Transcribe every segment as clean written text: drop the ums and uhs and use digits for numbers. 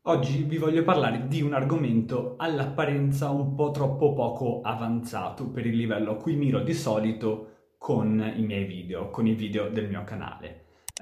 Oggi vi voglio parlare di un argomento all'apparenza un po' troppo poco avanzato per il livello a cui miro di solito con i miei video, con i video del mio canale.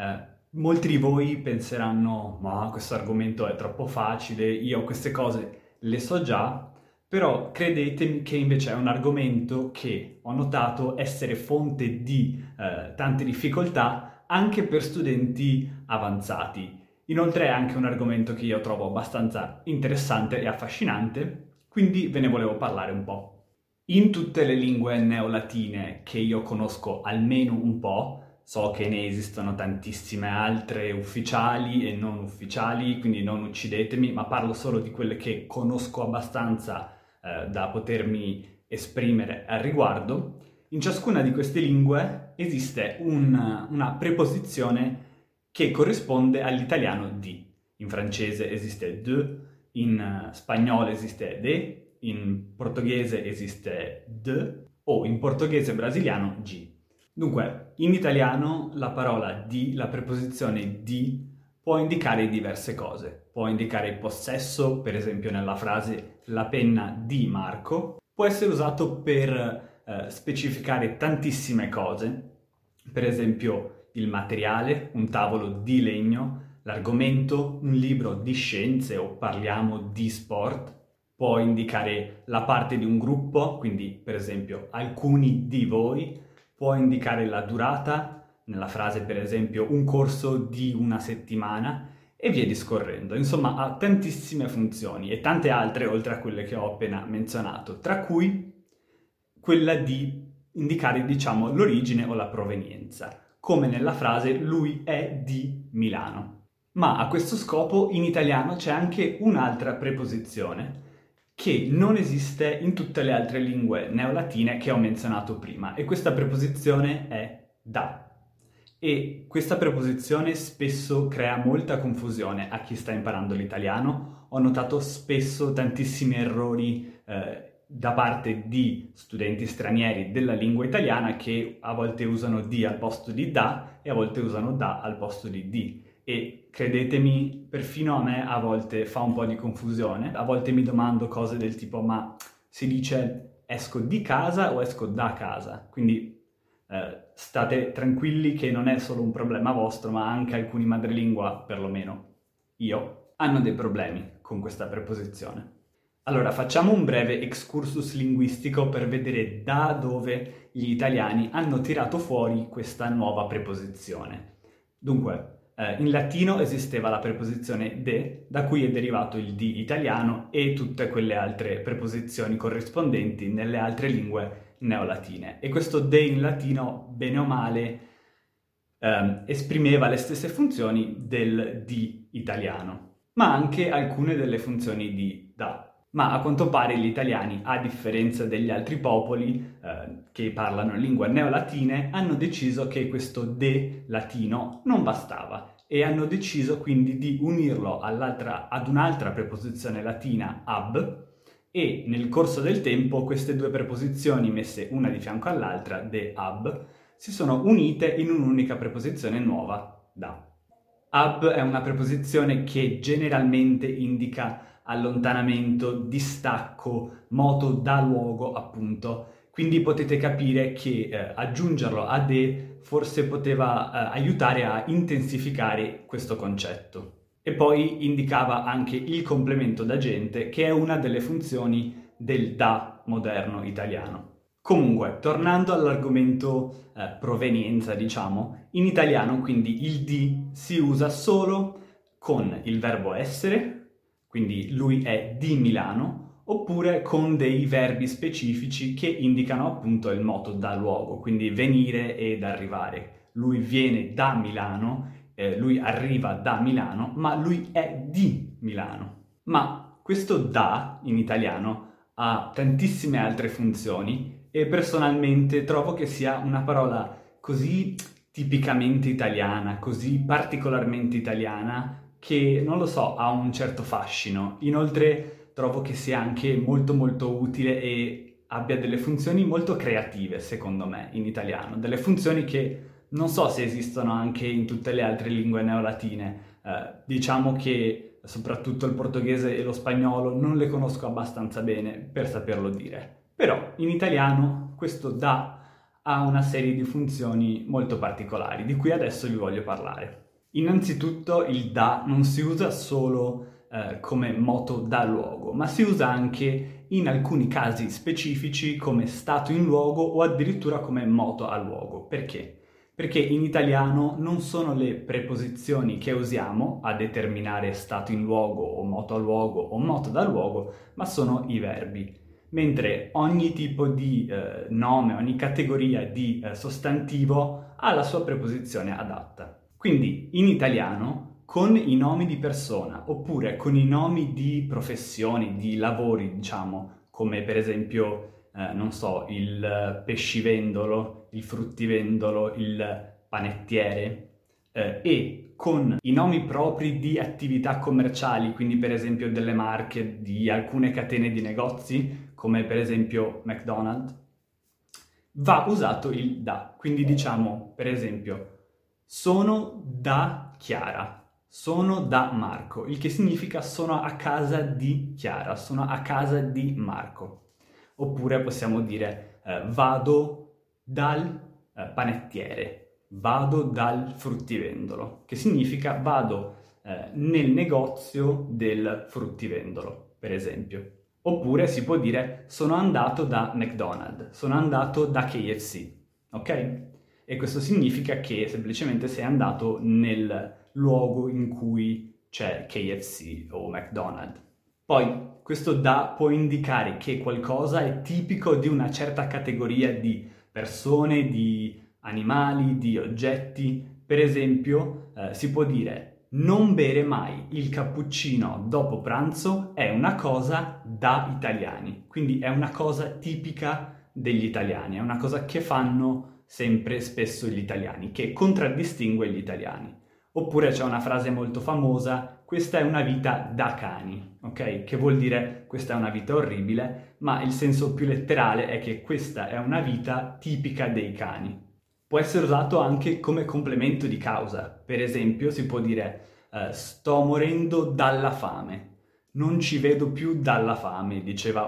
Molti di voi penseranno, ma questo argomento è troppo facile, io queste cose le so già, però credetemi che invece è un argomento che ho notato essere fonte di tante difficoltà anche per studenti avanzati. Inoltre è anche un argomento che io trovo abbastanza interessante e affascinante, quindi ve ne volevo parlare un po'. In tutte le lingue neolatine che io conosco almeno un po', so che ne esistono tantissime altre ufficiali e non ufficiali, quindi non uccidetemi, ma parlo solo di quelle che conosco abbastanza da potermi esprimere al riguardo. In ciascuna di queste lingue esiste una preposizione che corrisponde all'italiano di. In francese esiste de, in spagnolo esiste de, in portoghese esiste de o in portoghese brasiliano gi. Dunque, in italiano la parola di, la preposizione di, può indicare diverse cose. Può indicare il possesso, per esempio nella frase la penna di Marco. Può essere usato per specificare tantissime cose, per esempio il materiale, un tavolo di legno, l'argomento, un libro di scienze o parliamo di sport. Può indicare la parte di un gruppo, quindi per esempio alcuni di voi. Può indicare la durata, nella frase per esempio un corso di una settimana e via discorrendo. Insomma, ha tantissime funzioni e tante altre oltre a quelle che ho appena menzionato, tra cui quella di indicare, diciamo, l'origine o la provenienza, come nella frase lui è di Milano. Ma a questo scopo in italiano c'è anche un'altra preposizione che non esiste in tutte le altre lingue neolatine che ho menzionato prima, e questa preposizione è da. E questa preposizione spesso crea molta confusione a chi sta imparando l'italiano. Ho notato spesso tantissimi errori da parte di studenti stranieri della lingua italiana che a volte usano di al posto di da e a volte usano da al posto di. E credetemi, perfino a me a volte fa un po' di confusione. A volte mi domando cose del tipo, ma si dice esco di casa o esco da casa? Quindi state tranquilli che non è solo un problema vostro, ma anche alcuni madrelingua, perlomeno io, hanno dei problemi con questa preposizione. Allora, facciamo un breve excursus linguistico per vedere da dove gli italiani hanno tirato fuori questa nuova preposizione. Dunque, in latino esisteva la preposizione de, da cui è derivato il di italiano e tutte quelle altre preposizioni corrispondenti nelle altre lingue neolatine. E questo de in latino, bene o male, esprimeva le stesse funzioni del di italiano, ma anche alcune delle funzioni di da. Ma a quanto pare gli italiani, a differenza degli altri popoli che parlano lingue neolatine, hanno deciso che questo de latino non bastava e hanno deciso quindi di unirlo ad un'altra preposizione latina, ab, e nel corso del tempo queste due preposizioni messe una di fianco all'altra, de ab, si sono unite in un'unica preposizione nuova, da. Ab è una preposizione che generalmente indica allontanamento, distacco, moto da luogo, appunto. Quindi potete capire che aggiungerlo a de forse poteva aiutare a intensificare questo concetto. E poi indicava anche il complemento d'agente, che è una delle funzioni del da moderno italiano. Comunque, tornando all'argomento provenienza, diciamo, in italiano quindi il di si usa solo con il verbo essere, quindi lui è di Milano, oppure con dei verbi specifici che indicano appunto il moto da luogo, quindi venire ed arrivare. Lui viene da Milano, lui arriva da Milano, ma lui è di Milano. Ma questo da in italiano ha tantissime altre funzioni e personalmente trovo che sia una parola così tipicamente italiana, così particolarmente italiana, che, non lo so, ha un certo fascino. Inoltre trovo che sia anche molto molto utile e abbia delle funzioni molto creative, secondo me, in italiano. Delle funzioni che non so se esistono anche in tutte le altre lingue neolatine. Diciamo che soprattutto il portoghese e lo spagnolo non le conosco abbastanza bene per saperlo dire. Però in italiano questo da ha una serie di funzioni molto particolari, di cui adesso vi voglio parlare. Innanzitutto il da non si usa solo come moto da luogo, ma si usa anche in alcuni casi specifici come stato in luogo o addirittura come moto a luogo. Perché? Perché in italiano non sono le preposizioni che usiamo a determinare stato in luogo o moto a luogo o moto da luogo, ma sono i verbi. Mentre ogni tipo di nome, ogni categoria di sostantivo ha la sua preposizione adatta. Quindi in italiano, con i nomi di persona oppure con i nomi di professioni, di lavori, diciamo, come per esempio, non so, il pescivendolo, il fruttivendolo, il panettiere, e con i nomi propri di attività commerciali, quindi per esempio delle marche di alcune catene di negozi, come per esempio McDonald's, va usato il da. Quindi diciamo, per esempio, sono da Chiara, sono da Marco, il che significa sono a casa di Chiara, sono a casa di Marco. Oppure possiamo dire vado dal panettiere, vado dal fruttivendolo, che significa vado nel negozio del fruttivendolo, per esempio. Oppure si può dire sono andato da McDonald's, sono andato da KFC, ok? E questo significa che semplicemente sei andato nel luogo in cui c'è KFC o McDonald's. Poi questo da può indicare che qualcosa è tipico di una certa categoria di persone, di animali, di oggetti. Per esempio, si può dire non bere mai il cappuccino dopo pranzo è una cosa da italiani, quindi è una cosa tipica degli italiani, è una cosa che fanno sempre spesso gli italiani, che contraddistingue gli italiani. Oppure c'è una frase molto famosa, questa è una vita da cani, ok? Che vuol dire questa è una vita orribile, ma il senso più letterale è che questa è una vita tipica dei cani. Può essere usato anche come complemento di causa. Per esempio si può dire sto morendo dalla fame, non ci vedo più dalla fame, diceva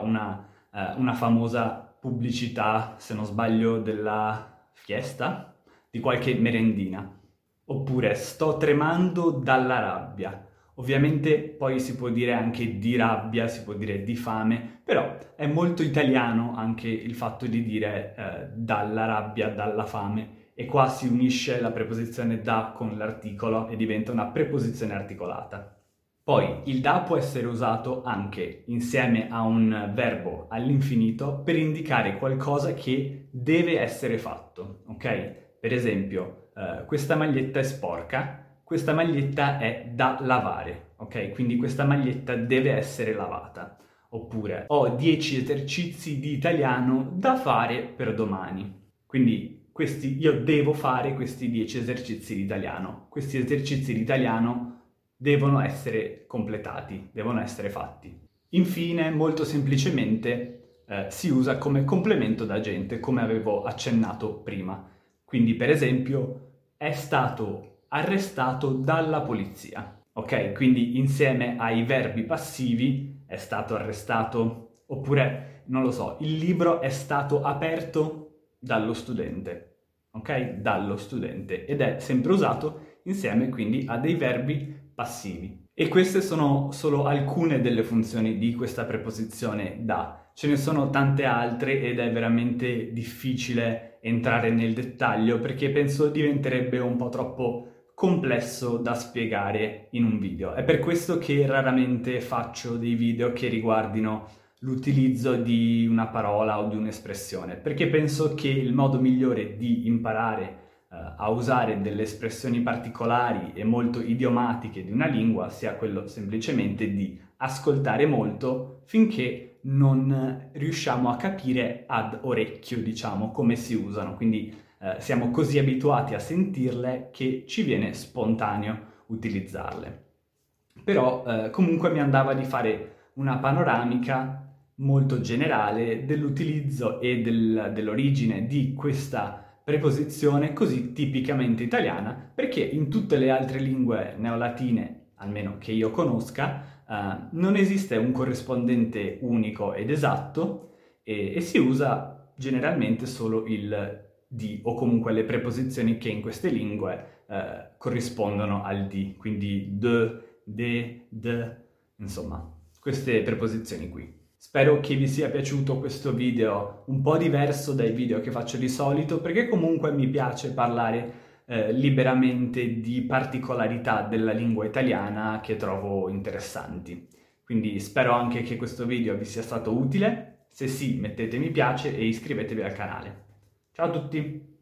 una famosa pubblicità, se non sbaglio, della Fiesta, di qualche merendina. Oppure sto tremando dalla rabbia. Ovviamente poi si può dire anche di rabbia, si può dire di fame, però è molto italiano anche il fatto di dire dalla rabbia, dalla fame, e qua si unisce la preposizione da con l'articolo e diventa una preposizione articolata. Poi il da può essere usato anche insieme a un verbo all'infinito per indicare qualcosa che deve essere fatto, ok? Per esempio, questa maglietta è sporca, questa maglietta è da lavare, ok? Quindi questa maglietta deve essere lavata. Oppure ho 10 esercizi di italiano da fare per domani. Quindi io devo fare questi 10 esercizi di italiano. Questi esercizi di italiano devono essere completati, devono essere fatti. Infine, molto semplicemente, si usa come complemento d'agente, come avevo accennato prima. Quindi, per esempio, è stato arrestato dalla polizia. Ok? Quindi insieme ai verbi passivi è stato arrestato, oppure, non lo so, il libro è stato aperto dallo studente. Ok? Dallo studente. Ed è sempre usato insieme quindi a dei verbi passivi. E queste sono solo alcune delle funzioni di questa preposizione da. Ce ne sono tante altre ed è veramente difficile entrare nel dettaglio perché penso diventerebbe un po' troppo complesso da spiegare in un video. È per questo che raramente faccio dei video che riguardino l'utilizzo di una parola o di un'espressione, perché penso che il modo migliore di imparare a usare delle espressioni particolari e molto idiomatiche di una lingua sia quello semplicemente di ascoltare molto finché non riusciamo a capire ad orecchio, diciamo, come si usano. Quindi siamo così abituati a sentirle che ci viene spontaneo utilizzarle. Però comunque mi andava di fare una panoramica molto generale dell'utilizzo e dell'origine di questa preposizione così tipicamente italiana, perché in tutte le altre lingue neolatine, almeno che io conosca, non esiste un corrispondente unico ed esatto e si usa generalmente solo il di o comunque le preposizioni che in queste lingue corrispondono al di, quindi de, insomma, queste preposizioni qui. Spero che vi sia piaciuto questo video un po' diverso dai video che faccio di solito, perché comunque mi piace parlare liberamente di particolarità della lingua italiana che trovo interessanti. Quindi spero anche che questo video vi sia stato utile. Se sì, mettete mi piace e iscrivetevi al canale. Ciao a tutti!